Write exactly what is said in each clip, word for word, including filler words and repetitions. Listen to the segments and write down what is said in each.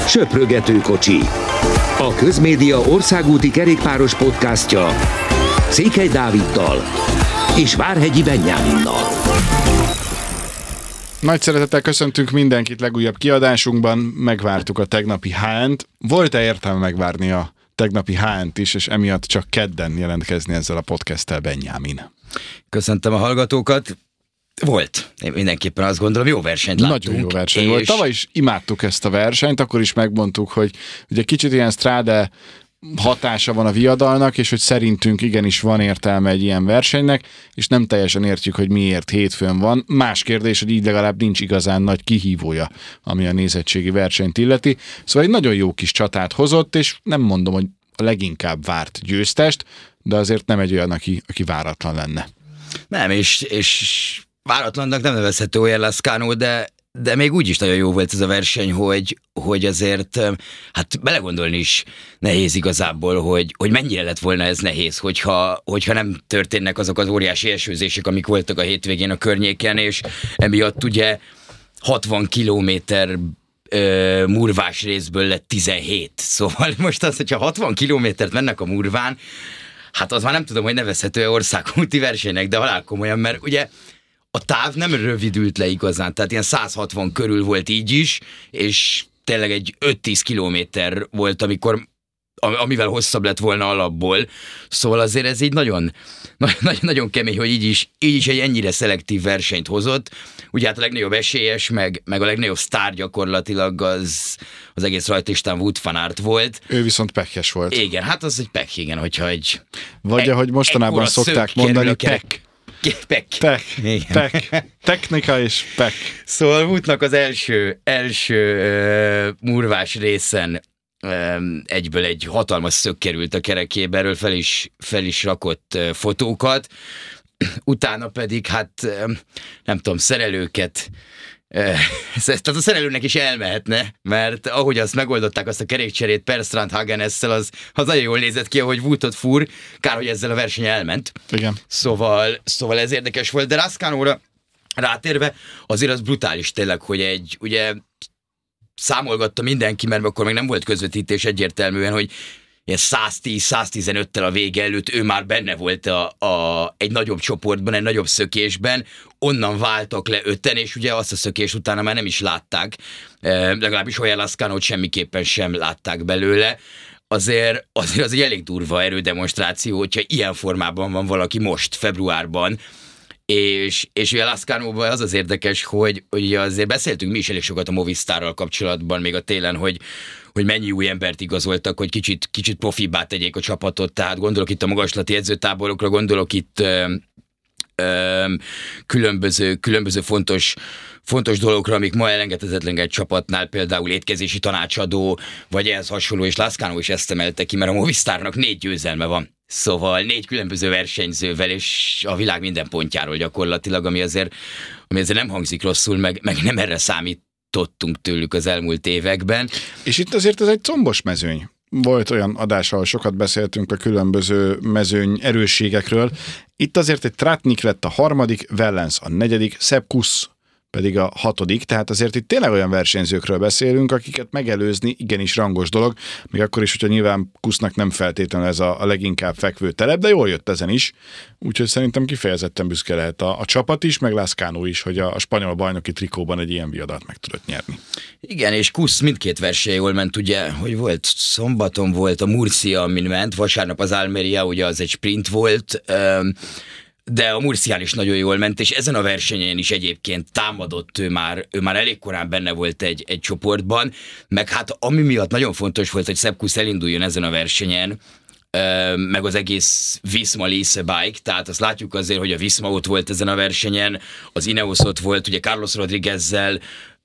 Söprögető kocsi. A Közmédia országúti kerékpáros podcastja Székely Dáviddal és Várhegyi Benyáminnal. Nagy szeretettel köszöntünk mindenkit legújabb kiadásunkban, megvártuk a tegnapi há en-t. Volt-e értelme megvárni a tegnapi há en-t is, és emiatt csak kedden jelentkezni ezzel a podcasttel, Benyámin? Köszöntöm a hallgatókat. Volt. Én mindenképpen azt gondolom, jó versenyt láttunk. Nagyon jó verseny és... volt. Tavaly is imádtuk ezt a versenyt, akkor is megmondtuk, hogy ugye kicsit ilyen Strade hatása van a viadalnak, és hogy szerintünk igenis van értelme egy ilyen versenynek, és nem teljesen értjük, hogy miért hétfőn van. Más kérdés, hogy így legalább nincs igazán nagy kihívója, ami a nézettségi versenyt illeti. Szóval egy nagyon jó kis csatát hozott, és nem mondom, hogy a leginkább várt győztest, de azért nem egy olyan, aki, aki váratlan lenne. Nem, és, és váratlannak nem nevezhető olyan Lascano, de de még úgy is nagyon jó volt ez a verseny, hogy, hogy azért, hát belegondolni is nehéz igazából, hogy, hogy mennyire lett volna ez nehéz, hogyha, hogyha nem történnek azok az óriási esőzések, amik voltak a hétvégén a környéken, és emiatt ugye hatvan kilométer ö, murvás részből lett tizenhét. Szóval most az, hogyha hatvan kilométert mennek a murván, hát az már nem tudom, hogy nevezhető országúti versenynek, de halál komolyan, mert ugye a táv nem rövidült le igazán, tehát ilyen száz hatvan körül volt így is, és tényleg egy öt-tíz kilométer volt, amikor, amivel hosszabb lett volna alapból. Szóval azért ez így nagyon, nagyon, nagyon kemény, hogy így is, így is egy ennyire szelektív versenyt hozott. Ugye hát a legnagyobb esélyes, meg, meg a legnagyobb sztár gyakorlatilag az, az egész rajtlistán Wout van Aert volt. Ő viszont pekhes volt. Igen, hát az egy pek, igen, hogyha egy... Vagy egy, ahogy mostanában szokták mondani, pek. Pek. Pek. Pek. Technika és pek. Szóval Woutnak az első, első uh, murvás részen um, egyből egy hatalmas szög került a kerekébe, erről fel is, fel is rakott uh, fotókat. Utána pedig, hát um, nem tudom, szerelőket, uh, tehát a szerelőnek is elmehetne, mert ahogy azt megoldották, azt a kerékcserét Per Strandhagen-esszel, az, az nagyon jól nézett ki, ahogy Woutot fúr, kár, hogy ezzel a verseny elment. Igen. Szóval, szóval ez érdekes volt, de Lascanóra rátérve azért az brutális tényleg, hogy egy, ugye számolgatta mindenki, mert akkor még nem volt közvetítés egyértelműen, hogy ilyen száztíz-száztizenöttel a vége előtt ő már benne volt a, a, egy nagyobb csoportban, egy nagyobb szökésben, onnan váltak le öten, és ugye azt a szökés utána már nem is látták, e, legalábbis olyan Lascanót semmiképpen sem látták belőle. Azért, azért az egy elég durva erődemonstráció, hogyha ilyen formában van valaki most, februárban, és, és ugye Lascanóban az az érdekes, hogy, hogy azért beszéltünk mi is elég sokat a Movistarral kapcsolatban, még a télen, hogy, hogy mennyi új embert igazoltak, hogy kicsit, kicsit profibbá tegyék a csapatot, tehát gondolok itt a magaslati edzőtáborokra, gondolok itt ö, ö, különböző, különböző fontos, fontos dolgokra, amik ma elengedhetetlen egy csapatnál, például étkezési tanácsadó, vagy ehhez hasonló, és Lascano is ezt emelte ki, mert a Movistarnak négy győzelme van. Szóval négy különböző versenyzővel, és a világ minden pontjáról gyakorlatilag, ami azért, ami azért nem hangzik rosszul, meg, meg nem erre számítottunk tőlük az elmúlt években. És itt azért ez egy combos mezőny. Volt olyan adás, ahol sokat beszéltünk a különböző mezőny erősségekről. Itt azért egy Tratnik lett a harmadik, Wellens a negyedik, Sepp Kuss pedig a hatodik, tehát azért itt tényleg olyan versenyzőkről beszélünk, akiket megelőzni igenis rangos dolog, még akkor is, hogyha nyilván Kusznak nem feltétlenül ez a, a leginkább fekvő telep, de jól jött ezen is, úgyhogy szerintem kifejezetten büszke lehet a, a csapat is, meg Lascano is, hogy a, a spanyol bajnoki trikóban egy ilyen viadalt meg tudott nyerni. Igen, és Kusz mindkét verseny jól ment, ugye, hogy volt, szombaton volt a Murcia, amin ment, vasárnap az Almeria, ugye az egy sprint volt, um, de a Murcián is nagyon jól ment, és ezen a versenyen is egyébként támadott, ő már, ő már elég korán benne volt egy, egy csoportban, meg hát ami miatt nagyon fontos volt, hogy Sepp Kuss elinduljon ezen a versenyen, meg az egész Visma Lease Bike, tehát azt látjuk azért, hogy a Visma ott volt ezen a versenyen, az Ineos ott volt, ugye Carlos Rodriguezzel,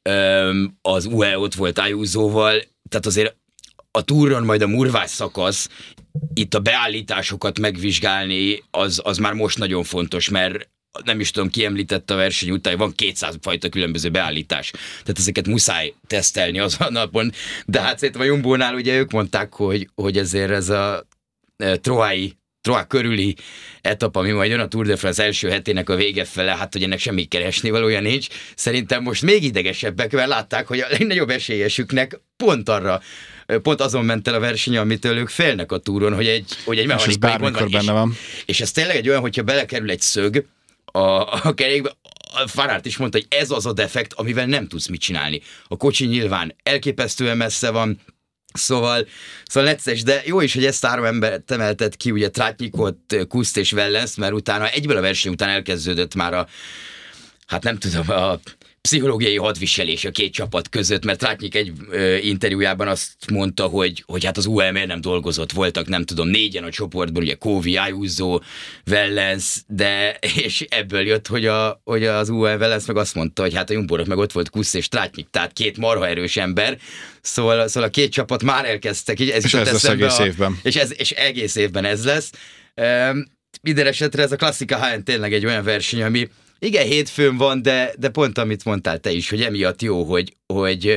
az u á é ott volt Ayusoval, tehát azért a túron majd a murvás szakasz, itt a beállításokat megvizsgálni, az, az már most nagyon fontos, mert nem is tudom, ki említette a verseny után, van kétszáz fajta különböző beállítás. Tehát ezeket muszáj tesztelni azon a napon. De hát szerintem a Jumbónál ugye ők mondták, hogy, hogy ezért ez a e, troái Troyes körüli etap, ami majd jön a Tour de France első hetének a vége fele, hát hogy ennek semmi keresni valója nincs. Szerintem most még idegesebbek, mert látták, hogy a legnagyobb esélyesüknek pont arra, pont azon ment el a verseny, amitől ők félnek a túron, hogy egy, hogy egy mechanikai gond van. Benne van. És, és ez tényleg egy olyan, hogyha belekerül egy szög a, a kerékbe, a Farart is mondta, hogy ez az a defekt, amivel nem tudsz mit csinálni. A kocsi nyilván elképesztően messze van, Szóval, szóval necces, de jó is, hogy ezt három embert emeltet ki, ugye Tratnikot, Kuszt és Wellens, mert utána egyből a verseny után elkezdődött már a, hát nem tudom, a pszichológiai hadviselés a két csapat között, mert Tratnik egy ö, interjújában azt mondta, hogy, hogy hát az u á e miért nem dolgozott, voltak nem tudom négyen a csoportban, ugye Kovi, Ayuso, Wellens, de és ebből jött, hogy, a, hogy az u á e Wellens meg azt mondta, hogy hát a Jumbo-nak meg ott volt Kusz és Tratnik, tehát két marha erős ember, szóval, szóval a két csapat már elkezdtek, így ez és ez lesz egész a, évben. És, ez, és egész évben ez lesz. Um, minden esetre ez a klasszika há en tényleg egy olyan verseny, ami igen, hétfőn van, de, de pont amit mondtál te is, hogy emiatt jó, hogy, hogy,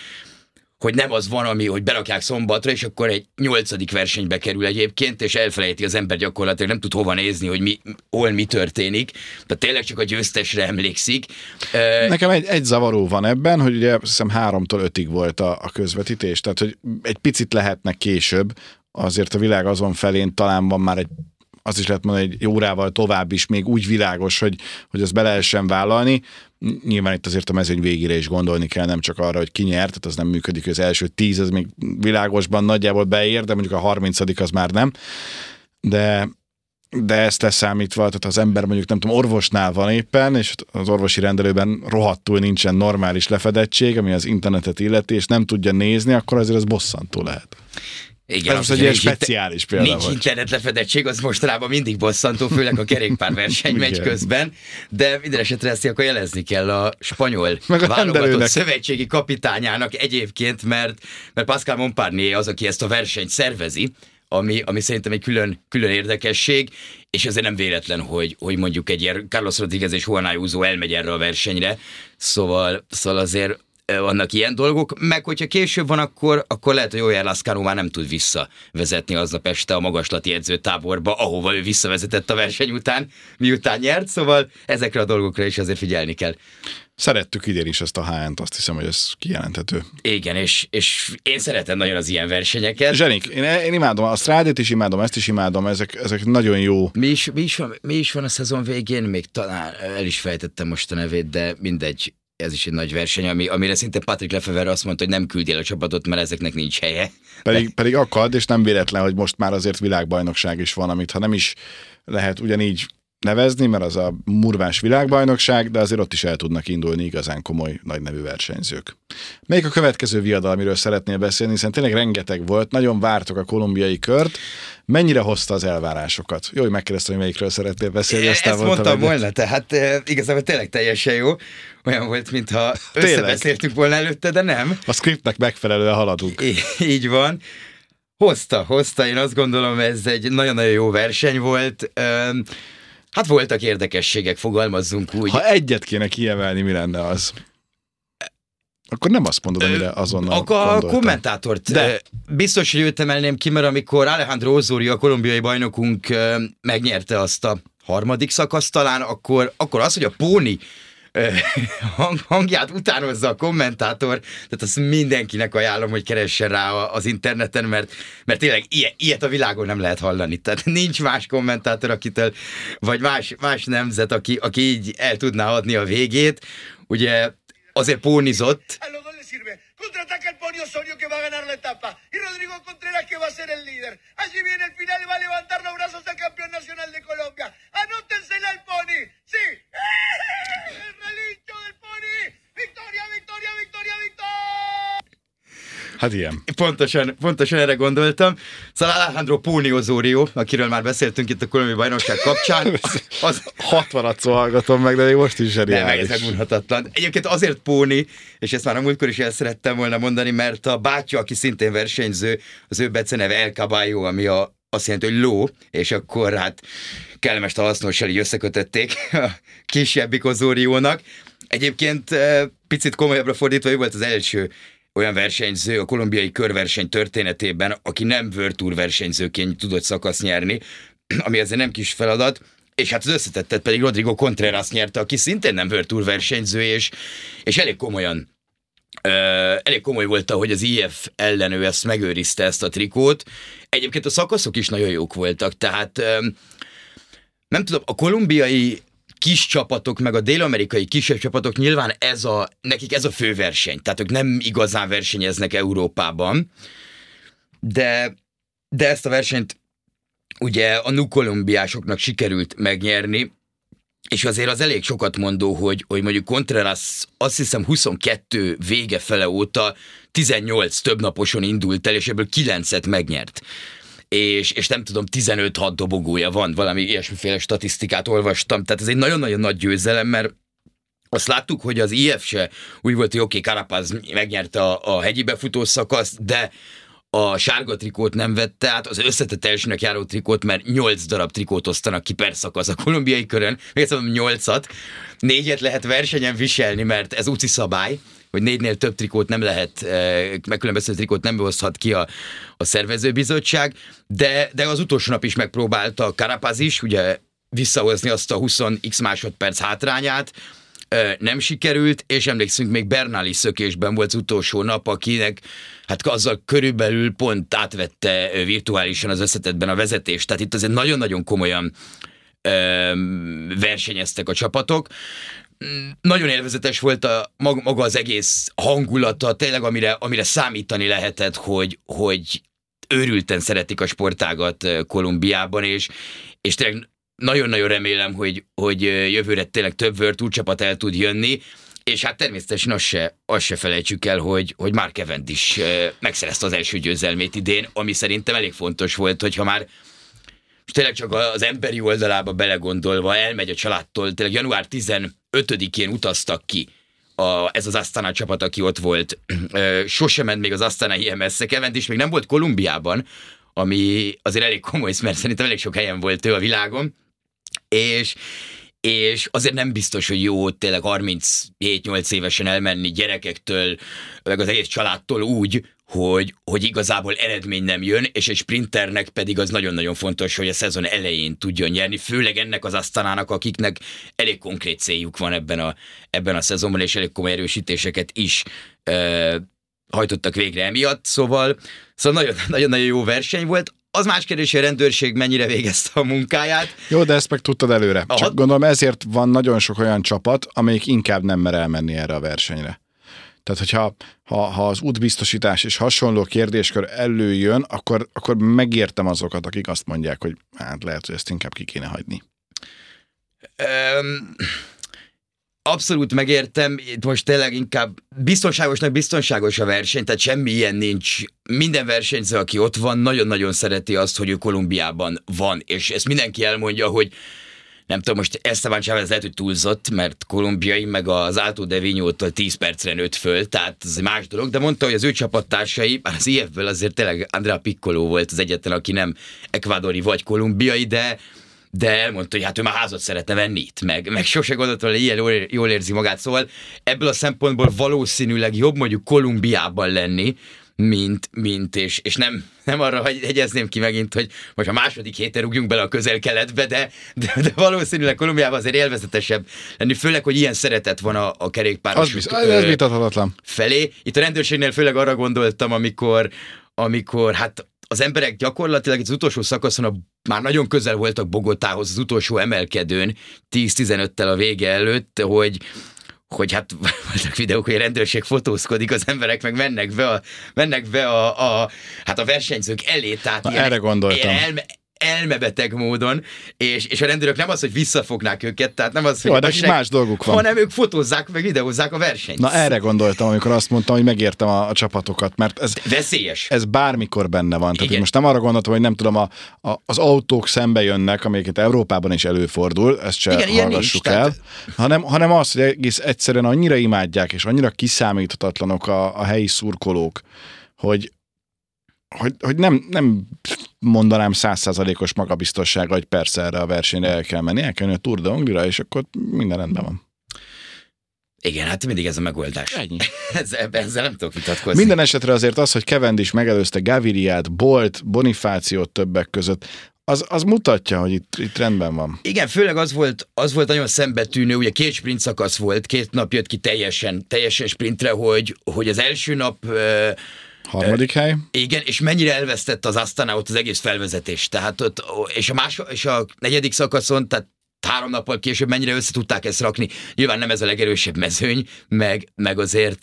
hogy nem az van, ami, hogy berakják szombatra, és akkor egy nyolcadik versenybe kerül egyébként, és elfelejti az ember gyakorlatilag, nem tud hova nézni, hogy mi, hol mi történik. Tehát tényleg csak a győztesre emlékszik. Nekem egy, egy zavaró van ebben, hogy ugye azt hiszem háromtól ötig volt a, a közvetítés, tehát hogy egy picit lehetnek később, azért a világ azon felén talán van már egy azt is lehet mondani, egy órával tovább is még úgy világos, hogy, hogy azt be lehessen vállalni. Nyilván itt azért a mezőny végére is gondolni kell, nem csak arra, hogy ki nyert, tehát az nem működik, hogy az első tíz, az még világosban nagyjából beér, de mondjuk a harmincadik az már nem. De, de ezt leszámítva, tehát az ember mondjuk nem tudom, orvosnál van éppen, és az orvosi rendelőben rohadtul nincsen normális lefedettség, ami az internetet illeti, és nem tudja nézni, akkor azért az bosszantó lehet. Igen, ez egy ilyen speciális példa nincs volt. internet lefedettség, az mostanában mindig bosszantó, főleg a kerékpárverseny megy közben, de minden esetre ezt akkor jelezni kell a spanyol meg a válogatott rendelőnek. Szövetségi kapitányának egyébként, mert, mert Pascal Montparnier az, aki ezt a versenyt szervezi, ami, ami szerintem egy külön, külön érdekesség, és ezért nem véletlen, hogy, hogy mondjuk egy ilyen Carlos Rodriguez és Juan Ayuso elmegy erre a versenyre, szóval, szóval azért vannak ilyen dolgok, meg hogyha később van, akkor, akkor lehet, hogy Oyer Lazcano már nem tud visszavezetni aznap este a magaslati edzőtáborba, ahova ő visszavezetett a verseny után, miután nyert, szóval ezekre a dolgokra is azért figyelni kell. Szerettük idén is ezt a há en-t, azt hiszem, hogy ez kijelenthető. Igen, és, és én szeretem nagyon az ilyen versenyeket. Zsenik, én, én imádom, a Strádét is imádom, ezt is imádom, ezek, ezek nagyon jó. Mi is, mi, is van, mi is van a szezon végén? Még talán el is fejtettem most a nevét, de mindegy. Ez is egy nagy verseny, ami, amire szinte Patrick Lefevere azt mondta, hogy nem küldi el a csapatot, mert ezeknek nincs helye. Pedig, De... pedig akad, és nem véletlen, hogy most már azért világbajnokság is van, amit ha nem is lehet ugyanígy nevezni, mert az a murvás világbajnokság, de azért ott is el tudnak indulni igazán komoly, nagy nevű versenyzők. Melyik a következő viadal, amiről szeretnél beszélni, hiszen tényleg rengeteg volt, nagyon vártok a kolumbiai kört. Mennyire hozta az elvárásokat? Jó, hogy megkérdeztem, hogy melyikről szeretnél beszélni. Ezt mondtam volna, tehát e, igazából tényleg teljesen jó. Olyan volt, mintha összebeszéltünk volna előtte, de nem. A scriptnek megfelelően haladunk. Í- így van. Hozta, hozta. Én azt gondolom, ez egy nagyon-nagyon jó verseny volt. Üm, Hát voltak érdekességek, fogalmazzunk úgy. Ha egyet kéne kiemelni, mi lenne az? Akkor nem azt mondod, amire azonnal Akkor a kommentátort de. biztos, hogy őt emelném ki, mert amikor Alejandro Osorio, a kolumbiai bajnokunk megnyerte azt a harmadik szakaszt talán, akkor, akkor az, hogy a Póni hang, hangját utánozza a kommentátor, tehát azt mindenkinek ajánlom, hogy keressen rá az interneten, mert, mert tényleg ilyet, ilyet a világon nem lehet hallani. Tehát nincs más kommentátor, akitől, vagy más, más nemzet, aki, aki így el tudná adni a végét. Ugye azért pónizott. Contraataca el Pony Osorio que va a ganar la etapa y Rodrigo Contreras que va a ser el líder. Allí viene el final y va a levantar los brazos el campeón nacional de Colombia. Anótensela al Pony. Sí. El relincho del Pony. Victoria, victoria, victoria, victoria. Hát ilyen. Pontosan, pontosan erre gondoltam. Szóval Alejandro Pony Osorio, akiről már beszéltünk itt a kolumbiai bajnokság kapcsán. Az... hatvanadszor hallgatom meg, de még most is zseniális. Nem, ez megmondhatatlan. Egyébként azért Pony, és ezt már a múltkor is el szerettem volna mondani, mert a bátyja, aki szintén versenyző, az ő beceneve El Caballo, ami a, azt jelenti, hogy ló, és akkor hát kellemes hasznossal így összekötötték a kisebbik Osoriónak. Egyébként picit komolyabbra fordítva, ő volt az első olyan versenyző a kolumbiai körverseny történetében, aki nem World Tour versenyzőként tudott szakaszt nyerni. ami azért nem kis feladat, és hát az összetettet pedig Rodrigo Contreras nyerte, aki szintén nem World Tour versenyző, és, és elég komolyan, uh, elég komoly volt, hogy az i ef ellen ő ezt megőrizte, ezt a trikót. Egyébként a szakaszok is nagyon jók voltak, tehát um, nem tudom, a kolumbiai kis csapatok, meg a dél-amerikai kisebb csapatok nyilván ez a, nekik ez a fő verseny, tehát ők nem igazán versenyeznek Európában, de, de ezt a versenyt ugye a nukolumbiásoknak sikerült megnyerni, és azért az elég sokat mondó, hogy, hogy mondjuk Contreras azt hiszem huszonkettő vége fele óta tizennyolc többnaposon indult el, és ebből kilencet megnyert. És, és nem tudom, tizenöt-hat dobogója van, valami ilyesmiféle statisztikát olvastam, tehát ez egy nagyon-nagyon nagy győzelem, mert azt láttuk, hogy az i ef se úgy volt, hogy oké, okay, Carapaz megnyerte a, a hegyi befutó szakaszt, de a sárga trikót nem vette át, az összetett elsőnek járó trikót, mert nyolc darab trikót osztanak ki per szakasz a kolumbiai körön, még ezt mondom, nyolcat, négyet lehet versenyen viselni, mert ez uci szabály, hogy négynél több trikót nem lehet, megkülönböztető trikót nem oszthat ki a, a szervezőbizottság, de, de az utolsó nap is megpróbálta Carapaz is, ugye visszahozni azt a húsz x másodperc hátrányát, nem sikerült, és emlékszünk, még Bernali szökésben volt az utolsó nap, akinek hát azzal körülbelül pont átvette virtuálisan az összetettben a vezetést. Tehát itt azért nagyon-nagyon komolyan ö, versenyeztek a csapatok. Nagyon élvezetes volt a, maga az egész hangulata, tényleg amire, amire számítani lehetett, hogy, hogy őrülten szeretik a sportágat Kolumbiában, és, és tényleg nagyon-nagyon remélem, hogy, hogy jövőre tényleg több World Tour csapat el tud jönni, és hát természetesen azt se, azt se felejtsük el, hogy, hogy Mark Cavendish megszerezte az első győzelmét idén, ami szerintem elég fontos volt, hogyha már tényleg csak az emberi oldalába belegondolva elmegy a családtól, tényleg január tizenötödikén utaztak ki a, ez az Astana csapat, aki ott volt. Sose ment még az Astana ilyen messze, Cavendish még nem volt Kolumbiában, ami azért elég komoly, mert szerintem elég sok helyen volt ő a világon, és, és azért nem biztos, hogy jó tényleg harminchét-nyolc évesen elmenni gyerekektől, meg az egész családtól úgy, hogy, hogy igazából eredmény nem jön, és egy sprinternek pedig az nagyon-nagyon fontos, hogy a szezon elején tudjon nyerni, főleg ennek az Astanának, akiknek elég konkrét céljuk van ebben a, ebben a szezonban, és elég komoly erősítéseket is uh, hajtottak végre emiatt, szóval, szóval nagyon, nagyon-nagyon jó verseny volt. Az más kérdés, hogy a rendőrség mennyire végezte a munkáját. Jó, de ezt meg tudtad előre. Aha. Csak gondolom ezért van nagyon sok olyan csapat, amelyik inkább nem mer elmenni erre a versenyre. Tehát, hogyha ha, ha az útbiztosítás és hasonló kérdéskör előjön, akkor, akkor megértem azokat, akik azt mondják, hogy hát lehet, hogy ezt inkább ki kéne hagyni. Um... Abszolút megértem, itt most tényleg inkább biztonságosnak biztonságos a verseny, tehát semmi ilyen nincs. Minden versenyző, aki ott van, nagyon-nagyon szereti azt, hogy ő Kolumbiában van, és ezt mindenki elmondja, hogy nem tudom, most Esteban Chávez lehet, hogy túlzott, mert kolumbiai, meg az Alto de Vinyótól tíz percre nőtt föl, tehát ez egy más dolog, de mondta, hogy az ő csapattársai, bár az i ef-ből azért tényleg Andrea Piccolo volt az egyetlen, aki nem ekvádori vagy kolumbiai, de de elmondta, hogy hát ő már házat szeretne venni itt, meg, meg sose gondolta, hogy ilyen jól, jól érzi magát, szóval ebből a szempontból valószínűleg jobb mondjuk Kolumbiában lenni, mint, mint és, és nem, nem arra hegyezném ki megint, hogy most a második héten rúgjunk bele a közel-keletbe, de, de, de valószínűleg Kolumbiában azért élvezetesebb lenni, főleg, hogy ilyen szeretet van a, a kerékpáros az ez vitathatatlan felé. Itt a rendőrségnél főleg arra gondoltam, amikor, amikor hát az emberek gyakorlatilag az utolsó szakaszon a, már nagyon közel voltak Bogotához, az utolsó emelkedőn, tíz-tizenöttel a vége előtt, hogy, hogy hát voltak videók, hogy a rendőrség fotózkodik, az emberek meg mennek be a, mennek be a, a, hát a versenyzők elé, tehát Na, ilyen, erre gondoltam. Ilyen elme, elmebeteg módon, és, és a rendőrök nem az, hogy visszafognák őket, tehát nem az, hogy jó, de más dolguk van. Hanem ők fotózzák, meg videózzák a versenyt. Na erre gondoltam, amikor azt mondtam, hogy megértem a, a csapatokat, mert ez veszélyes. Ez bármikor benne van. Tehát most nem arra gondoltam, hogy nem tudom, a, a, az autók szembe jönnek, amiket Európában is előfordul, ezt se Igen, hallgassuk nincs, el, tehát... hanem, hanem az, hogy egész egyszerűen annyira imádják, és annyira kiszámíthatatlanok a, a helyi szurkolók, hogy hogy, hogy nem, nem mondanám száz százalékos magabiztossága, hogy persze erre a versenyre el kell menni, el kell menni a Tour de Hongrie-ra, és akkor minden rendben van. Igen, hát mindig ez a megoldás. Ennyi. ezzel, ezzel nem tudok vitatkozni. Minden esetre azért az, hogy Cavendish megelőzte Gaviriát, Bolt, Bonifációt többek között, az, az mutatja, hogy itt, itt rendben van. Igen, főleg az volt, az volt nagyon szembetűnő, ugye két sprint szakasz volt, két nap jött ki teljesen, teljesen sprintre, hogy, hogy az első nap... Harmadik hely. Igen, és mennyire elvesztette az Astana ott az egész felvezetés. Tehát ott, és a, más, és a negyedik szakaszon, tehát három nappal később mennyire össze tudták ezt rakni. Nyilván nem ez a legerősebb mezőny, meg, meg azért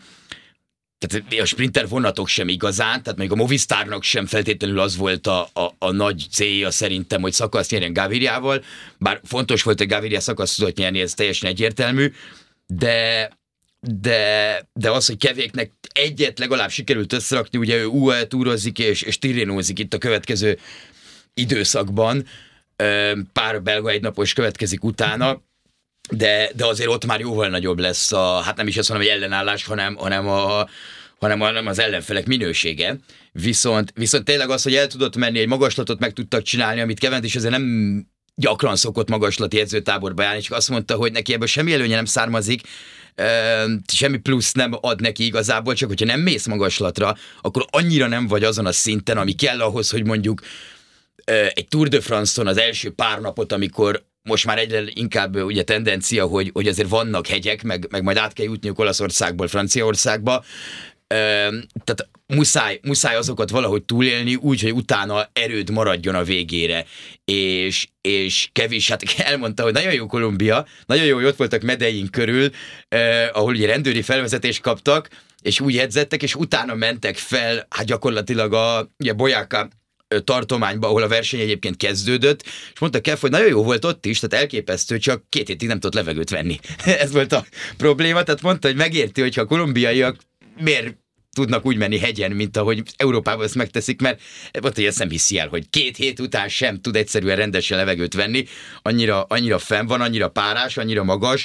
tehát a sprinter vonatok sem igazán, tehát még a Movistarnak sem feltétlenül az volt a, a, a nagy célja szerintem, hogy szakaszt nyerjen Gaviriával, bár fontos volt, hogy Gaviria szakaszt tudott nyerni, ez teljesen egyértelmű, de De, de az, hogy Kevéknek egyet legalább sikerült összerakni, ugye ő u á é túrozik és, és Tirénózik itt a következő időszakban, pár belga egynapos következik utána, de, de azért ott már jóval nagyobb lesz a, hát nem is azt mondom, hogy ellenállás, hanem, hanem, a, hanem, hanem az ellenfelek minősége. Viszont, viszont tényleg az, hogy el tudott menni, egy magaslatot meg tudtak csinálni, amit Cavendish azért nem gyakran szokott magaslati edzőtáborba járni, csak azt mondta, hogy neki ebből semmi előnye nem származik, semmi plusz nem ad neki igazából, csak hogyha nem mész magaslatra, akkor annyira nem vagy azon a szinten, ami kell ahhoz, hogy mondjuk egy Tour de France-on az első pár napot, amikor most már egyre inkább ugye tendencia, hogy, hogy azért vannak hegyek, meg, meg majd át kell jutniuk Olaszországból Franciaországba, tehát muszáj, muszáj azokat valahogy túlélni, úgy, hogy utána erőd maradjon a végére. És, és kevés, hát elmondta, hogy nagyon jó Kolumbia, nagyon jó, hogy ott voltak Medellín körül, eh, ahol ugye rendőri felvezetést kaptak, és úgy edzettek, és utána mentek fel, hát gyakorlatilag a ugye Boyacá tartományba, ahol a verseny egyébként kezdődött, és mondta Kev, hogy nagyon jó volt ott is, tehát elképesztő, csak két hétig nem tudott levegőt venni. Ez volt a probléma, tehát mondta, hogy megérti, hogyha a kolumbiaiak miért tudnak úgy menni hegyen, mint ahogy Európában ezt megteszik, mert ott, hogy ezt nem hiszi el, hogy két hét után sem tud egyszerűen rendesen levegőt venni, annyira, annyira fenn van, annyira párás, annyira magas,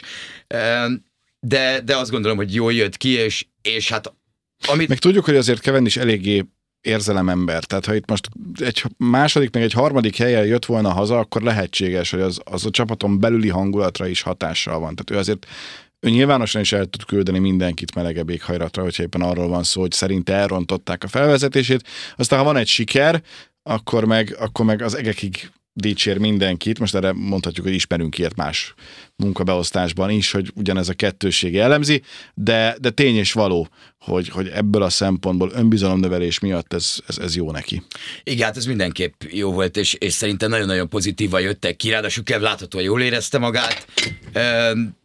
de, de azt gondolom, hogy jól jött ki, és, és hát amit... Meg tudjuk, hogy azért Cavendish eléggé érzelemember, tehát ha itt most egy második, meg egy harmadik helyen jött volna haza, akkor lehetséges, hogy az, az a csapaton belüli hangulatra is hatással van. Tehát ő azért ő nyilvánosan is el tud küldeni mindenkit melegebb éghajlatra, hogyha éppen arról van szó, hogy szerinte elrontották a felvezetését. Aztán, ha van egy siker, akkor meg, akkor meg az egekig dicsér mindenkit. Most erre mondhatjuk, hogy ismerünk ilyet más munkabeosztásban is, hogy ugyanez a kettősség jellemzi, de, de tény és való, hogy, hogy ebből a szempontból önbizalomnövelés miatt ez, ez, ez jó neki. Igen, hát ez mindenképp jó volt, és, és szerintem nagyon-nagyon pozitívan jöttek ki, ráadásul Kev láthatóan jól érezte magát. Üm,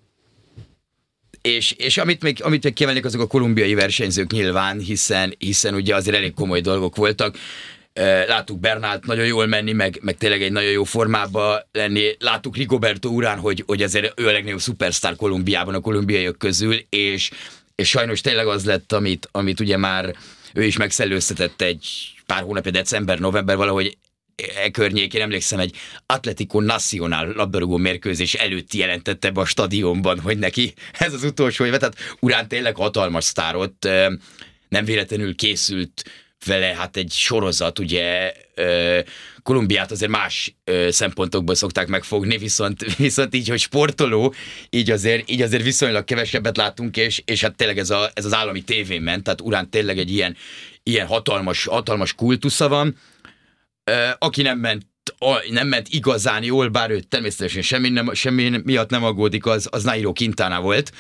És, és amit még, amit még kiemelnék, azok a kolumbiai versenyzők nyilván, hiszen, hiszen ugye azért elég komoly dolgok voltak. Láttuk Bernált nagyon jól menni, meg, meg tényleg egy nagyon jó formában lenni. Láttuk Rigoberto Urán, hogy, hogy ezért ő a legnagyobb szupersztár Kolumbiában a kolumbiaiak közül, és, és sajnos tényleg az lett, amit, amit ugye már ő is megszellőztetett egy pár hónapja, december, november valahogy e környékén, emlékszem, egy Atlético Nacional labdarúgó mérkőzés előtt jelentette be a stadionban, hogy neki ez az utolsó éve, tehát Urán tényleg hatalmas sztárot, nem véletlenül készült vele hát egy sorozat, ugye Kolumbiát azért más szempontokból szokták megfogni, viszont, viszont így, hogy sportoló, így azért, így azért viszonylag kevesebbet látunk, és, és hát tényleg ez, a, ez az állami tévén ment, tehát Urán tényleg egy ilyen, ilyen hatalmas, hatalmas kultusza van. Aki nem ment, nem ment igazán jól, bár ő természetesen semmi, nem, semmi miatt nem aggódik, az, az Nairo Quintana volt.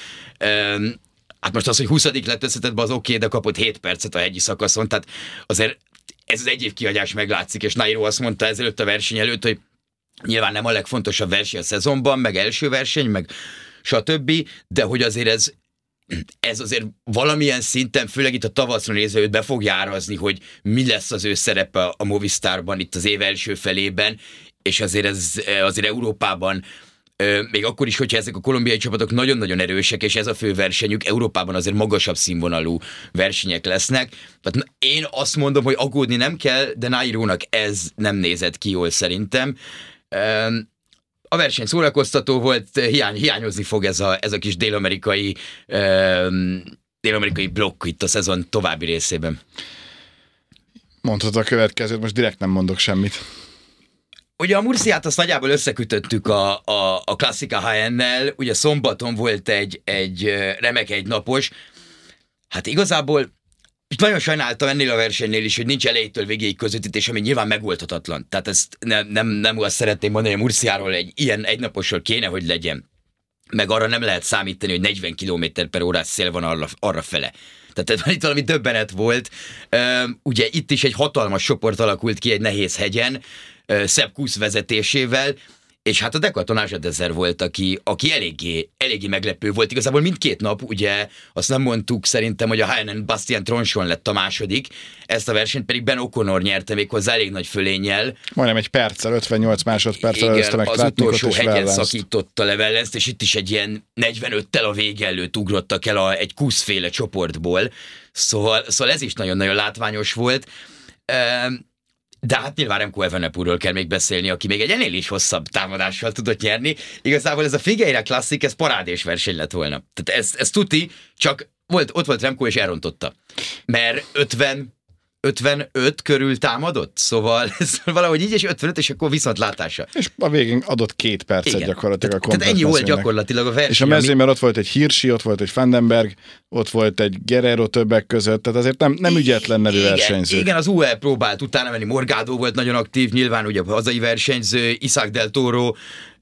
Hát most az, hogy huszadik lett összetettben, az oké, okay, de kapott hét percet a hegyi szakaszon, tehát azért ez az egy év kihagyás meglátszik, és Nairo azt mondta ezelőtt a verseny előtt, hogy nyilván nem a legfontosabb verseny a szezonban, meg első verseny, meg stb., de hogy azért ez ez azért valamilyen szinten, főleg itt a tavaszra nézve őt be fog járazni, hogy mi lesz az ő szerepe a Movistarban itt az év első felében, és azért ez azért Európában, még akkor is, hogyha ezek a kolumbiai csapatok nagyon-nagyon erősek, és ez a fő versenyük, Európában azért magasabb színvonalú versenyek lesznek. Tehát én azt mondom, hogy aggódni nem kell, de Nairónak ez nem nézett ki jól szerintem. A verseny szórakoztató volt, hiány, hiányozni fog ez a, ez a kis dél-amerikai, um, dél-amerikai blokk itt a szezon további részében. Mondhatod a következőt, most direkt nem mondok semmit. Ugye a Murciát azt nagyjából összekötöttük a, a, a Classica há en-nel, ugye szombaton volt egy, egy remek egynapos, hát igazából nagyon sajnáltam ennél a versenynél is, hogy nincs elejétől végéig közvetítés, ami nyilván megoldhatatlan. Tehát ezt nem, nem, nem azt szeretném mondani, hogy Murciáról egy ilyen egynaposról kéne, hogy legyen. Meg arra nem lehet számítani, hogy negyven kilométer per órás szél van arra, arra fele. Tehát itt valami döbbenet volt. Ugye itt is egy hatalmas csoport alakult ki egy nehéz hegyen, Sepp Kuss vezetésével, és hát a Decathlon Ajadezer volt, aki, aki eléggé, eléggé meglepő volt. Igazából mindkét nap, ugye azt nem mondtuk szerintem, hogy a há en en Bastien Tronchon lett a második, ezt a versenyt pedig Ben O'Connor nyerte méghozzá elég nagy fölénnyel. Majdnem egy perccel, ötvennyolc másodperccel előzte meg az utolsó hegyen Wellenszt. szakította le Wellenszt, és itt is egy ilyen negyvenöttel a vége előtt ugrottak el a, egy Kuss-féle csoportból. Szóval, szóval ez is nagyon-nagyon látványos volt. De hát nyilván Remco Evenepoelről kell még beszélni, aki még egy ennél is hosszabb támadással tudott nyerni. Igazából ez a Figueira Classic, ez parádés verseny lett volna. Tehát ez, ez tuti, csak volt, ott volt Remco és elrontotta. Mert ötven, ötvenöt körül támadott, szóval ez valahogy így, és ötvenöt, és akkor viszontlátásra. És a végén adott két percet igen. gyakorlatilag a komplet Tehát ennyi volt mezőnek. gyakorlatilag a verseny. És a mezőben ami... ott volt egy Hirschi, ott volt egy Vandenberg, ott volt egy Guerrero többek között, tehát azért nem, nem ügyetlen nevű versenyző. Igen, az u á e próbált utána menni, Morgado volt nagyon aktív, nyilván ugye a hazai versenyző, Isaac Del Toro,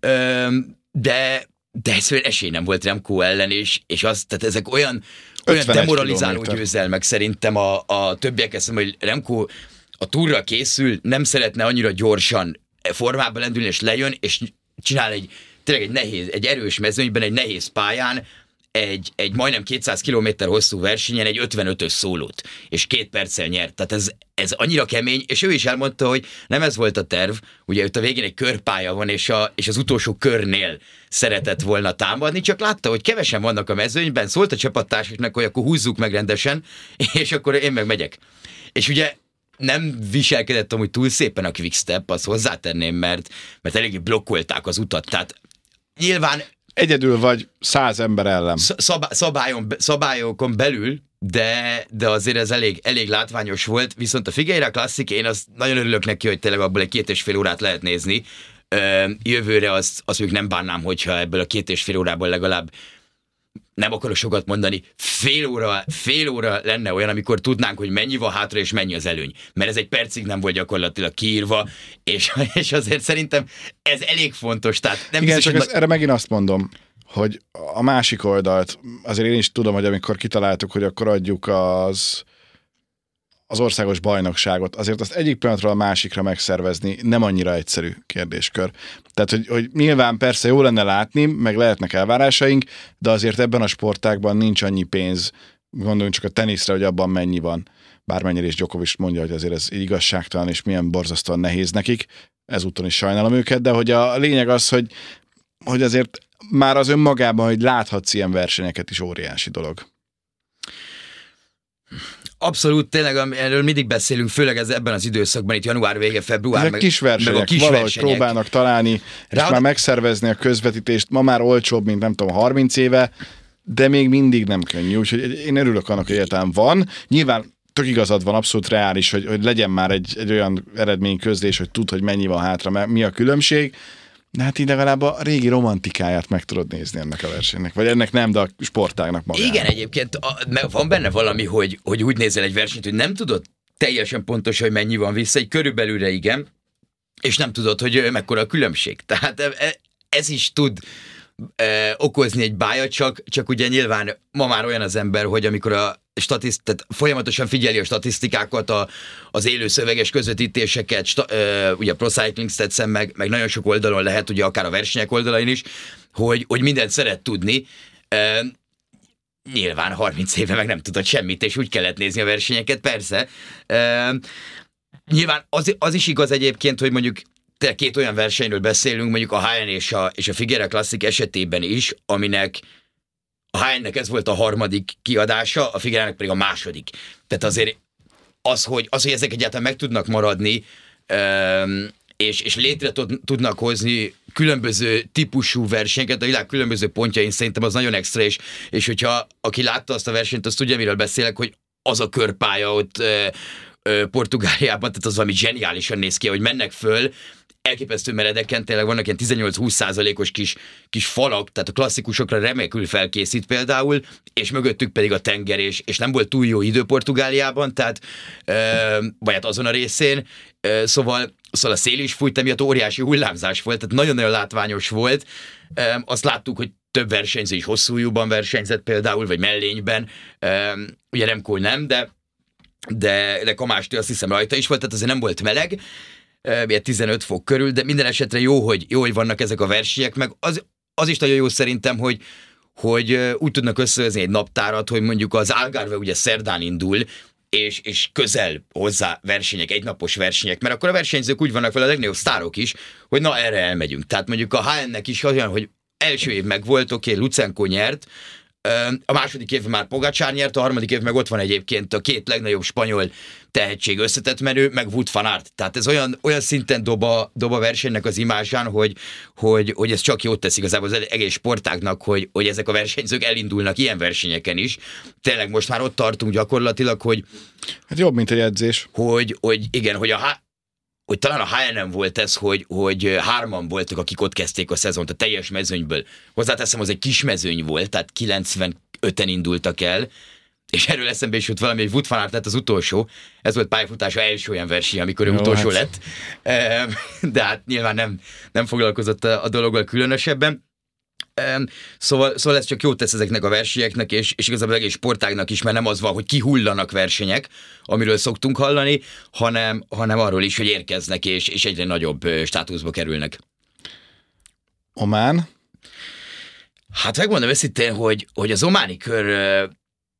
de, de ez esély nem volt Remco ellen, és, és az, tehát ezek olyan olyan demoralizáló kilométer. Győzelmek szerintem a, a többiek eszem, hogy Remco a túrra készül, nem szeretne annyira gyorsan formába lendülni, és lejön, és csinál egy tényleg egy nehéz, egy erős mezőnyben, egy nehéz pályán, egy, egy majdnem kétszáz kilométer hosszú versenyen egy ötvenötös szólót, és két perccel nyert. Tehát ez, ez annyira kemény, és ő is elmondta, hogy nem ez volt a terv, ugye itt a végén egy körpálya van, és, a, és az utolsó körnél szeretett volna támadni, csak látta, hogy kevesen vannak a mezőnyben, szólt a csapattársaknak, hogy akkor húzzuk meg rendesen, és akkor én meg megyek. És ugye nem viselkedett amúgy túl szépen a Quickstep, azt hozzátenném, mert, mert eléggé blokkolták az utat, tehát nyilván egyedül vagy száz ember ellen. Szabály, szabályon, szabályokon belül, de, de azért ez elég, elég látványos volt, viszont a Figueira Classic, én azt nagyon örülök neki, hogy tényleg abból egy két és fél órát lehet nézni. Ö, jövőre azt, azt még nem bánnám, hogyha ebből a két és fél órából legalább, nem akarok sokat mondani, fél óra, fél óra lenne olyan, amikor tudnánk, hogy mennyi van hátra és mennyi az előny. Mert ez egy percig nem volt gyakorlatilag kiírva, és, és azért szerintem ez elég fontos. Tehát nem igen, biztos, csak hogy... ez, erre megint azt mondom, hogy a másik oldalt, azért én is tudom, hogy amikor kitaláltuk, hogy akkor adjuk az, az országos bajnokságot, azért azt egyik pillanatról a másikra megszervezni nem annyira egyszerű kérdéskör. Tehát, hogy, hogy nyilván persze jó lenne látni, meg lehetnek elvárásaink, de azért ebben a sportágban nincs annyi pénz, gondoljunk csak a teniszre, hogy abban mennyi van. Bármennyire is Djokovic mondja, hogy azért ez igazságtalan, és milyen borzasztóan nehéz nekik. Ezúton is sajnálom őket, de hogy a lényeg az, hogy, hogy azért már az önmagában, hogy láthatsz ilyen versenyeket is óriási dolog. Abszolút, tényleg erről mindig beszélünk, főleg ez ebben az időszakban, itt január vége, február. Ezek meg, kis versenyek, meg a kis valahogy versenyek. Próbálnak találni, és Ráad... már megszervezni a közvetítést, ma már olcsóbb, mint nem tudom, harminc éve, de még mindig nem könnyű, úgyhogy én örülök annak, hogy egyáltalán van. Nyilván tök igazad van, abszolút reális, hogy, hogy legyen már egy, egy olyan eredményközlés, hogy tud, hogy mennyi van hátra, mi a különbség. De hát így legalább a régi romantikáját meg tudod nézni ennek a versenynek. Vagy ennek nem, de a sportágnak magának. Igen, egyébként a, van benne valami, hogy, hogy úgy nézel egy versenyt, hogy nem tudod teljesen pontos, hogy mennyi van vissza, egy körülbelülre igen, és nem tudod, hogy mekkora a különbség. Tehát ez is tud e, okozni egy bájat, csak, csak ugye nyilván ma már olyan az ember, hogy amikor a statiszt, tehát folyamatosan figyeli a statisztikákat, a, az élő szöveges közvetítéseket, sta, ö, ugye a Pro Cycling Stats-en, meg, meg nagyon sok oldalon lehet, ugye akár a versenyek oldalain is, hogy, hogy mindent szeret tudni. Ö, nyilván harminc éve meg nem tudod semmit, és úgy kellett nézni a versenyeket, persze. Ö, nyilván az, az is igaz egyébként, hogy mondjuk két olyan versenyről beszélünk, mondjuk a há en és a, és a Figueira Classic esetében is, aminek a há en-nek ez volt a harmadik kiadása, a Figueirának pedig a második. Tehát azért az, hogy, az, hogy ezek egyáltalán meg tudnak maradni, és, és létre tudnak hozni különböző típusú versenyeket a világ különböző pontjain, szerintem az nagyon extra, és, és hogyha aki látta azt a versenyt, az tudja, miről beszélek, hogy az a körpálya ott ö, ö, Portugáliában, tehát az valami zseniálisan néz ki, hogy mennek föl elképesztő meredeken, tényleg vannak ilyen tizennyolc-húsz százalékos kis, kis falak, tehát a klasszikusokra remekül felkészít például, és mögöttük pedig a tenger, és, és nem volt túl jó idő Portugáliában, tehát ö, vagy hát azon a részén, ö, szóval, szóval a szél is fújt, emiatt óriási hullámzás volt, tehát nagyon-nagyon látványos volt. Ö, azt láttuk, hogy több versenyző is hosszújúban versenyzett például, vagy mellényben, ö, ugye Remco nem, de de, de Kamástól azt hiszem rajta is volt, tehát azért nem volt meleg, ilyen tizenöt fok körül, de minden esetre jó, hogy, jó, hogy vannak ezek a versenyek, meg az, az is nagyon jó szerintem, hogy, hogy úgy tudnak összehozni egy naptárat, hogy mondjuk az Algarve ugye szerdán indul, és, és közel hozzá versenyek, egynapos versenyek, mert akkor a versenyzők úgy vannak vele, a legnagyobb sztárok is, hogy na erre elmegyünk. Tehát mondjuk a há en-nek is olyan, hogy első év meg volt, oké, okay, Lucenko nyert, a második évben már Pogačar nyert, a harmadik év meg ott van egyébként a két legnagyobb spanyol tehetség összetett menő, meg Wout van Aert. Tehát ez olyan, olyan szinten dob a, dob a versenynek az imázsán, hogy, hogy, hogy ez csak jót tesz igazából az egész sportágnak, hogy, hogy ezek a versenyzők elindulnak ilyen versenyeken is. Tényleg most már ott tartunk gyakorlatilag, hogy... Hát jobb, mint egy edzés. Hogy, hogy igen, hogy a hogy talán a há en-en volt ez, hogy, hogy hárman voltak, akik ott kezdték a szezont a teljes mezőnyből. Hozzáteszem, az egy kis mezőny volt, tehát kilencvenöten indultak el, és erről eszembe is jut valami, hogy Wout van Aert lett az utolsó. Ez volt pályafutása első olyan verseny, amikor ő Jó, utolsó hát. lett. De hát nyilván nem, nem foglalkozott a, a dologgal különösebben. Szóval, szóval ez csak jót tesz ezeknek a versenyeknek, és, és igazából az egész sportágnak is, mert nem az van, hogy kihullanak versenyek, amiről szoktunk hallani, hanem, hanem arról is, hogy érkeznek, és, és egyre nagyobb státuszba kerülnek. Omán? Hát megmondom őszintén, hogy, hogy az ománi kör uh,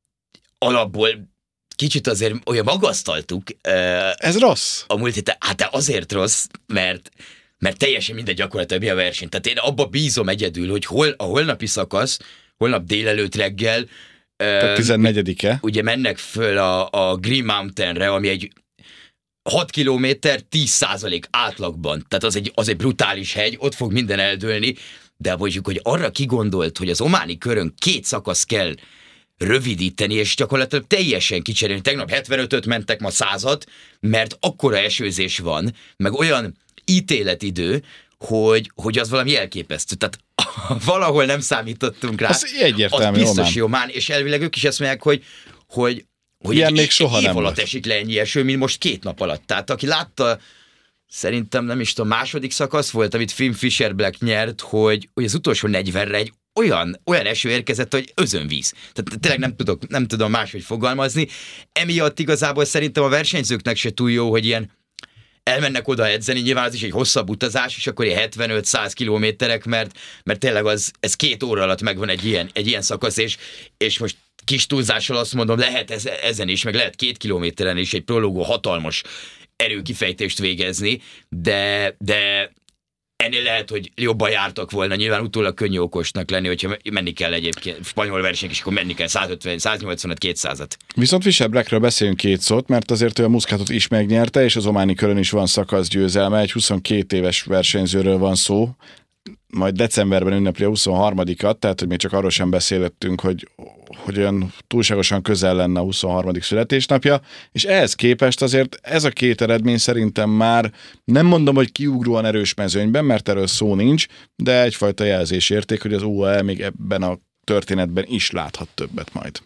alapból kicsit azért olyan magasztaltuk. Uh, ez rossz? A múlt héten, hát de azért rossz, mert mert teljesen mindegy gyakorlatilag mi a verseny. Tehát én abba bízom egyedül, hogy hol, a holnapi szakasz, holnap délelőtt reggel Tehát tizennegyedike Ugye mennek föl a, a Green Mountainre, ami egy hat kilométer, tíz százalék átlagban. Tehát az egy, az egy brutális hegy, ott fog minden eldőlni, de mondjuk, hogy arra kigondolt, hogy az ománi körön két szakasz kell rövidíteni, és gyakorlatilag teljesen kicserélni. Tegnap hetvenötöt mentek, ma százat, mert akkora esőzés van, meg olyan ítéletidő, hogy, hogy az valami elképesztő. Tehát valahol nem számítottunk rá. Az egyértelmű, az biztos Omán, és elvileg ők is ezt mondják, hogy, hogy, hogy ilyen egy, még soha egy év nem alatt volt. esik le ennyi eső, mint most két nap alatt. Tehát aki látta, szerintem nem is tudom, második szakasz volt, amit Finn Fisher Black nyert, hogy, hogy az utolsó negyvenre egy olyan, olyan eső érkezett, hogy özönvíz. Tehát tényleg nem, tudok, nem tudom máshogy fogalmazni. Emiatt igazából szerintem a versenyzőknek se túl jó, hogy ilyen elmennek oda edzeni, nyilván az is egy hosszabb utazás, és akkor ilyen hetvenöt-száz kilométerek, mert, mert tényleg az, ez két óra alatt megvan egy ilyen, egy ilyen szakasz, és, és most kis túlzással azt mondom, lehet ez, ezen is, meg lehet két kilométeren is egy prológó hatalmas erőkifejtést végezni, de, de ennél lehet, hogy jobban jártak volna, nyilván utólag könnyű okosnak lenni, hogyha menni kell egyébként spanyol versenyek, és akkor menni kell százötven, száznyolcvanöt, kétszázat. Viszont Fisher Blackről beszéljünk két szót, mert azért ő a Muscatot is megnyerte, és az ománi körön is van szakaszgyőzelme, egy huszonkét éves versenyzőről van szó, majd decemberben ünnepli a huszonharmadikat, tehát hogy még csak arról sem beszéltünk, hogy, hogy olyan túlságosan közel lenne a huszonharmadik születésnapja, és ehhez képest azért ez a két eredmény szerintem már nem mondom, hogy kiugróan erős mezőnyben, mert erről szó nincs, de egyfajta jelzésérték, hogy az o á e még ebben a történetben is láthat többet majd.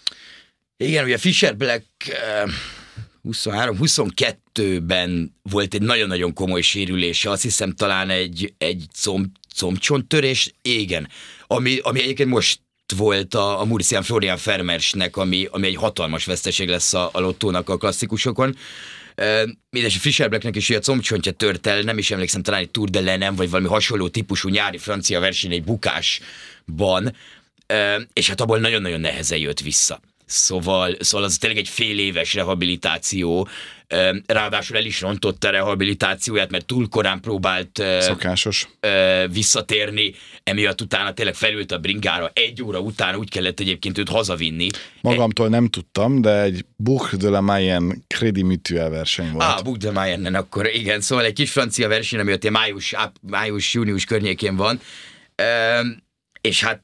Igen, ugye Fisher Black huszonhárom huszonkettőben volt egy nagyon-nagyon komoly sérülése, azt hiszem talán egy, egy comb, combcsonttörés, igen, ami, ami egyébként most volt a, a Murcián Florian Vermeersnek, ami, ami egy hatalmas veszteség lesz a, a lottónak a klasszikusokon. Uh, Mindesi Fisher Blacknek is ugye a combcsontja tört el, nem is emlékszem, talán egy Tour de l'Anem, vagy valami hasonló típusú nyári francia verseny egy bukásban, uh, és hát abból nagyon-nagyon nehezen jött vissza. Szóval, szóval az tényleg egy fél éves rehabilitáció, ráadásul el is rontotta a rehabilitációját, mert túl korán próbált Szokásos. visszatérni, emiatt utána tényleg felült a bringára, egy óra után úgy kellett egyébként őt hazavinni. Magamtól nem tudtam, de egy Boucle de la Mayenne Crédit Mutuel verseny volt. Ah, Boucle de la Mayenne, akkor igen, szóval egy kis francia verseny, ami ott május, május, június környékén van, és hát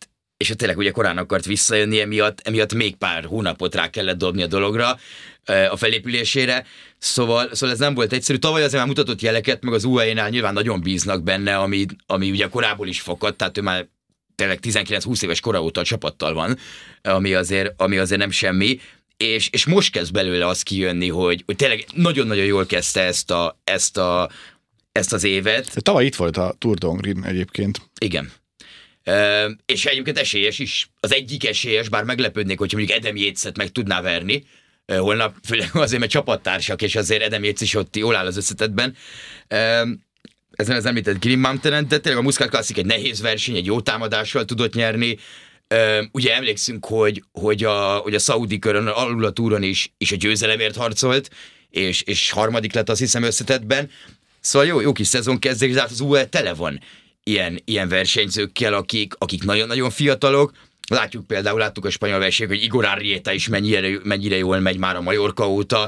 és hát tényleg ugye korán akart visszajönni, emiatt, emiatt még pár hónapot rá kellett dobni a dologra, a felépülésére, szóval, szóval ez nem volt egyszerű. Tavaly azért már mutatott jeleket, meg az u á é-nál nyilván nagyon bíznak benne, ami, ami ugye korából is fakadt, tehát ő már tényleg tizenkilenc-húsz éves kora óta a csapattal van, ami azért, ami azért nem semmi, és, és most kezd belőle az kijönni, hogy, hogy tényleg nagyon-nagyon jól kezdte ezt, a, ezt, a, ezt az évet. De tavaly itt volt a Tour de Hongrie egyébként. Igen. Uh, és egyébként esélyes is. Az egyik esélyes, bár meglepődnék, hogyha mondjuk Adam Yates-et meg tudná verni, uh, holnap, főleg azért, mert csapattársak, és azért Adam Yates is ott jól áll az összetetben. Uh, ezen az említett Green Mountain-en, de tényleg a Muscat Classic egy nehéz verseny, egy jó támadással tudott nyerni. Uh, ugye emlékszünk, hogy, hogy a, hogy a szaudi körön, alul a túron is, is a győzelemért harcolt, és, és harmadik lett, azt hiszem, összetettben. Szóval jó, jó kis szezon kezdés, de hát az u á é tele van ilyen, ilyen versenyzőkkel, akik, akik nagyon-nagyon fiatalok. Látjuk például, láttuk a spanyol versenyt, hogy Igor Arrieta is mennyire, mennyire jól megy már a Mallorca óta,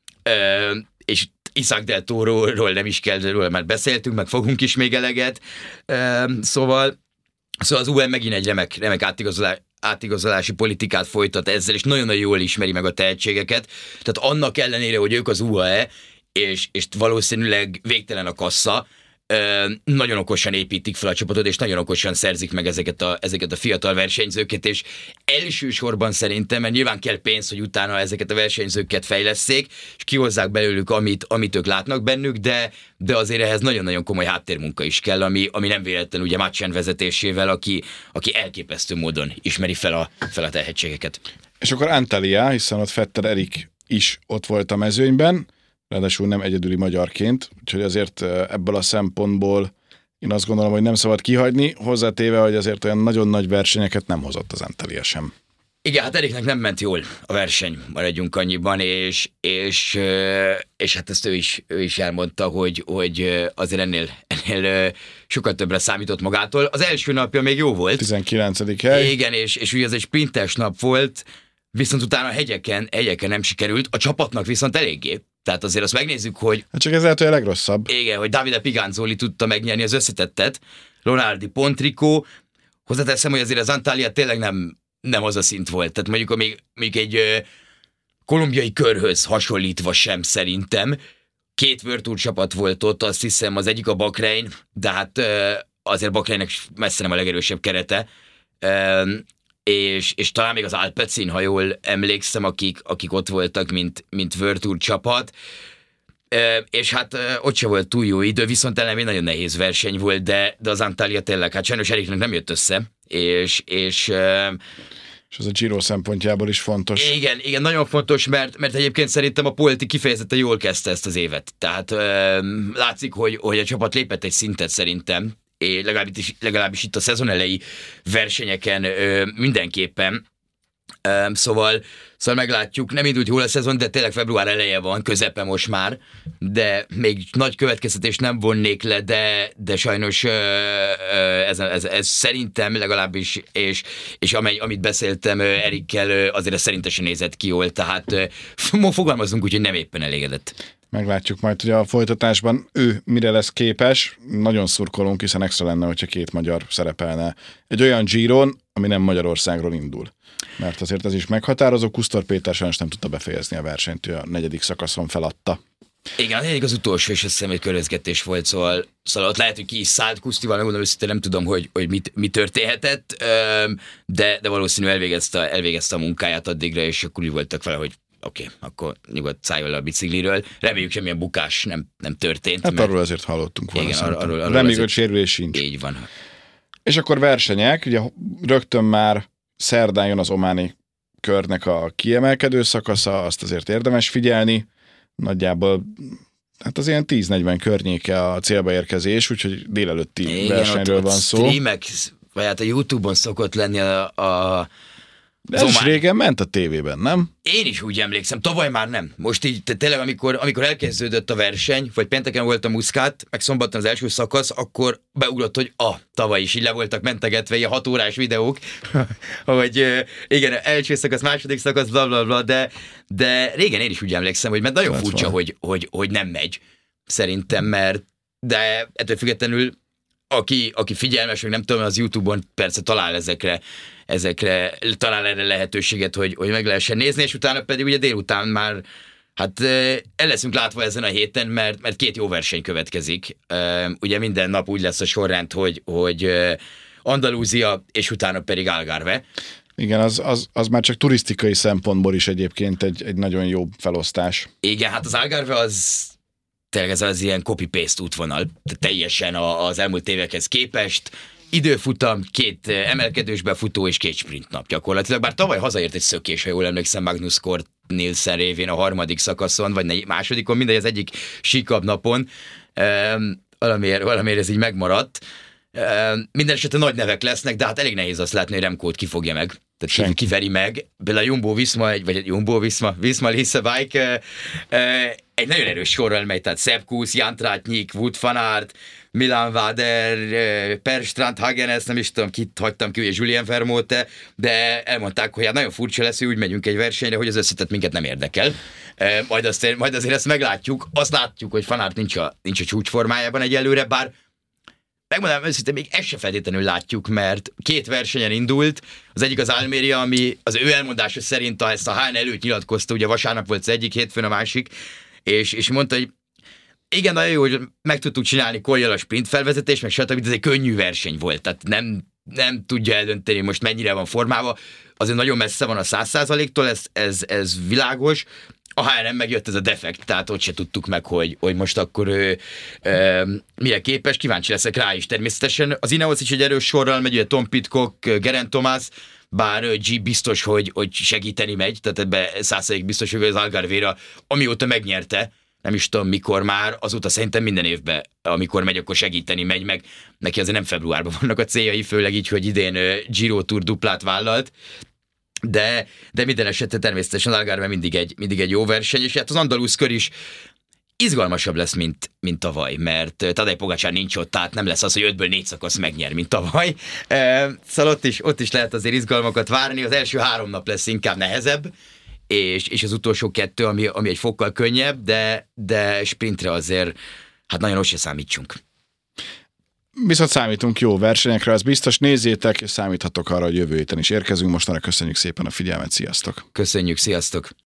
uh, és Isaac Del Toro-ról nem is kell, róla már beszéltünk, meg fogunk is még eleget. Uh, szóval, szóval az u á é megint egy remek, remek átigazolás, átigazolási politikát folytat ezzel, és nagyon-nagyon jól ismeri meg a tehetségeket. Tehát annak ellenére, hogy ők az u á é, és, és valószínűleg végtelen a kassa, Ö, nagyon okosan építik fel a csapatot, és nagyon okosan szerzik meg ezeket a, ezeket a fiatal versenyzőket, és elsősorban szerintem, mert nyilván kell pénz, hogy utána ezeket a versenyzőket fejlesszék, és kihozzák belőlük, amit, amit ők látnak bennük, de, de azért ehhez nagyon-nagyon komoly háttérmunka is kell, ami, ami nem véletlen ugye Matchen vezetésével, aki, aki elképesztő módon ismeri fel a, fel a tehetségeket. És akkor Antalya, hiszen ott Vetter Erik is ott volt a mezőnyben, ráadásul nem egyedüli magyarként, úgyhogy azért ebből a szempontból én azt gondolom, hogy nem szabad kihagyni, hozzátéve, hogy azért olyan nagyon nagy versenyeket nem hozott az Antalya sem. Igen, hát Eriknek nem ment jól a verseny, maradjunk annyiban, és, és, és hát ezt ő is, ő is elmondta, hogy, hogy azért ennél, ennél sokkal többre számított magától. Az első napja még jó volt. tizenkilencedik hely. Igen, és, és ugye ez egy sprintes nap volt, viszont utána a hegyeken, hegyeken nem sikerült, a csapatnak viszont eléggé. Tehát azért azt megnézzük, hogy... Hát csak ez lehet, hogy a legrosszabb. Igen, hogy Davide Piganzoli tudta megnyerni az összetettet, Leonardi Pontrico. Hozzáteszem, hogy azért az Antalya tényleg nem, nem az a szint volt. Tehát mondjuk még, még egy ö, kolumbiai körhöz hasonlítva sem szerintem. Két World Tour csapat volt ott, azt hiszem az egyik a Bahrein, de hát ö, azért Bahreinnek messze nem a legerősebb kerete. Ö, És, és talán még az Alpecin, ha jól emlékszem, akik, akik ott voltak, mint, mint World Tour csapat, e, és hát e, ott se volt túl jó idő, viszont ellen egy nagyon nehéz verseny volt, de, de az Antalya tényleg, hát sajnos Eriknek nem jött össze, és, és e, és ez a Giro szempontjából is fontos. Igen, igen, nagyon fontos, mert, mert egyébként szerintem a Polti kifejezetten jól kezdte ezt az évet. Tehát e, látszik, hogy, hogy a csapat lépett egy szintet szerintem, és legalábbis, legalábbis itt a szezon elejé versenyeken ö, mindenképpen. Ö, szóval, szóval meglátjuk, nem indult jól a szezon, de tényleg február eleje van, közepe most már, de még nagy következtetést nem vonnék le, de, de sajnos ö, ö, ez, ez, ez szerintem legalábbis, és, és amely, amit beszéltem ö, Erikkel, ö, azért ez szerintesen nézett ki jól, tehát ö, fogalmazunk úgy, hogy nem éppen elégedett. Meglátjuk majd, hogy a folytatásban ő mire lesz képes. Nagyon szurkolunk, hiszen extra lenne, hogyha két magyar szerepelne egy olyan Giron, ami nem Magyarországról indul. Mert azért ez is meghatározó. Kusztor Péter sajnos nem tudta befejezni a versenyt, ő a negyedik szakaszon feladta. Igen, a negyedik az utolsó, és azt hiszem, hogy körözgetés volt, szóval, szóval ott lehet, hogy ki is szállt Kusztival, megmondom őszintén, nem tudom, hogy, hogy mit, mi történhetett, de, de valószínűleg elvégezte, elvégezte a munkáját addigra, és akkor úgy voltak vele, hogy oké, okay, akkor nyugodt szálljon le a bicikliről. Reméljük, semmilyen bukás nem, nem történt. Hát mert... arról azért hallottunk volna. Igen, arról, arról Reméljük, azért... hogy sérülés sincs. Így van. És akkor versenyek, ugye rögtön már szerdán jön az ománi körnek a kiemelkedő szakasza, azt azért érdemes figyelni. Nagyjából hát az ilyen tíz negyven környéke a célba érkezés, úgyhogy délelőtti igen, versenyről ott, van ott szó. Streamek, vagy hát a YouTube-on szokott lenni a, a De ez is régen ment a tévében, nem? Én is úgy emlékszem, tavaly már nem. Most így tényleg, amikor, amikor elkezdődött a verseny, vagy pénteken volt a Muscat, meg szombaton az első szakasz, akkor beugrott, hogy a, tavaly is így le voltak mentegetve ilyen hat órás videók, hogy igen, első szakasz, második szakasz, bla bla bla, de, de régen én is úgy emlékszem, hogy mert nagyon hát furcsa, hogy, hogy, hogy nem megy, szerintem, mert de ettől függetlenül aki, aki figyelmes, vagy nem tudom, az YouTube-on persze talál ezekre, ezekre talál erre lehetőséget, hogy, hogy meg lehessen nézni, és utána pedig ugye délután már hát el leszünk látva ezen a héten, mert, mert két jó verseny következik. Ugye minden nap úgy lesz a sorrend, hogy, hogy Andalúzia, és utána pedig Algarve. Igen, az, az, az már csak turisztikai szempontból is egyébként egy, egy nagyon jó felosztás. Igen, hát az Algarve az tényleg ez az ilyen copy-paste útvonal, teljesen az elmúlt évekhez képest. Időfutam, két emelkedős befutó és két sprint nap gyakorlatilag. Bár tavaly hazaért egy szökés, ha jól emlékszem, Magnus Cort Nielsen révén a harmadik szakaszon, vagy másodikon, mindegy, az egyik síkabb napon. Um, valamiért, valamiért ez így megmaradt. Um, minden esetben nagy nevek lesznek, de hát elég nehéz azt látni, hogy Remkót ki fogja meg. Tehát ki, ki veri meg. Például a Jumbo Visma, vagy egy Jumbo Visma, Visma Lisa Bike, uh, uh, egy nagyon erős sorral megy, tehát Sepp Kuss, Jan Tratnik, Wout van Aert, Milan Vader, Per Strand Hagen, ezt nem is tudom, kit hagytam ki, ugye Julien Vermote, de elmondták, hogy hát nagyon furcsa lesz, hogy úgy megyünk egy versenyre, hogy az összetett minket nem érdekel. Majd, azt, majd azért ezt meglátjuk. Azt látjuk, hogy Van Aert nincs a, nincs a csúcsformájában egyelőre, bár megmondom őszintén, még ezt se feltétlenül látjuk, mert két versenyen indult, az egyik az Almeria, ami az ő elmondása szerint a, ezt a há en előtt nyilatkozta, ugye vasárnap volt az egyik, hétfőn a másik, és, és mondta, hogy igen, nagyon jó, hogy meg tudtuk csinálni Kolyjal a sprint felvezetés, meg stb. Ez egy könnyű verseny volt, tehát nem, nem tudja eldönteni most mennyire van formában, azért nagyon messze van a száz százaléktól, ez, ez, ez világos. A há en em megjött ez a defekt, tehát ott se tudtuk meg, hogy, hogy most akkor ő, e, mire képes, kíváncsi leszek rá is természetesen. Az Ineos is egy erős sorral megy, ugye Tom Pidcock, Geraint Thomas, bár G biztos, hogy, hogy segíteni megy, tehát ebbe száz százalék biztos, hogy az Algarve-ra, amióta megnyerte, nem is tudom mikor már, azóta szerintem minden évben, amikor megy, akkor segíteni megy, meg neki azért nem februárban vannak a céljai, főleg így, hogy idén Giro Tour duplát vállalt, de, de minden esetre természetesen Algarve mindig egy, mindig egy jó verseny, és hát az Andalusz kör is izgalmasabb lesz, mint, mint tavaly, mert Tadej Pogačar nincs ott, tehát nem lesz az, hogy ötből négy szakasz megnyer, mint tavaly. Szóval ott is, ott is lehet azért izgalmakat várni, az első három nap lesz inkább nehezebb, és, és az utolsó kettő, ami, ami egy fokkal könnyebb, de, de sprintre azért hát nagyon ott se számítsunk. Viszont számítunk jó versenyekre, az biztos, nézzétek, és számíthatok arra, hogy jövő héten is érkezünk. Mostanra köszönjük szépen a figyelmet, sziasztok! Köszönjük, sziasztok!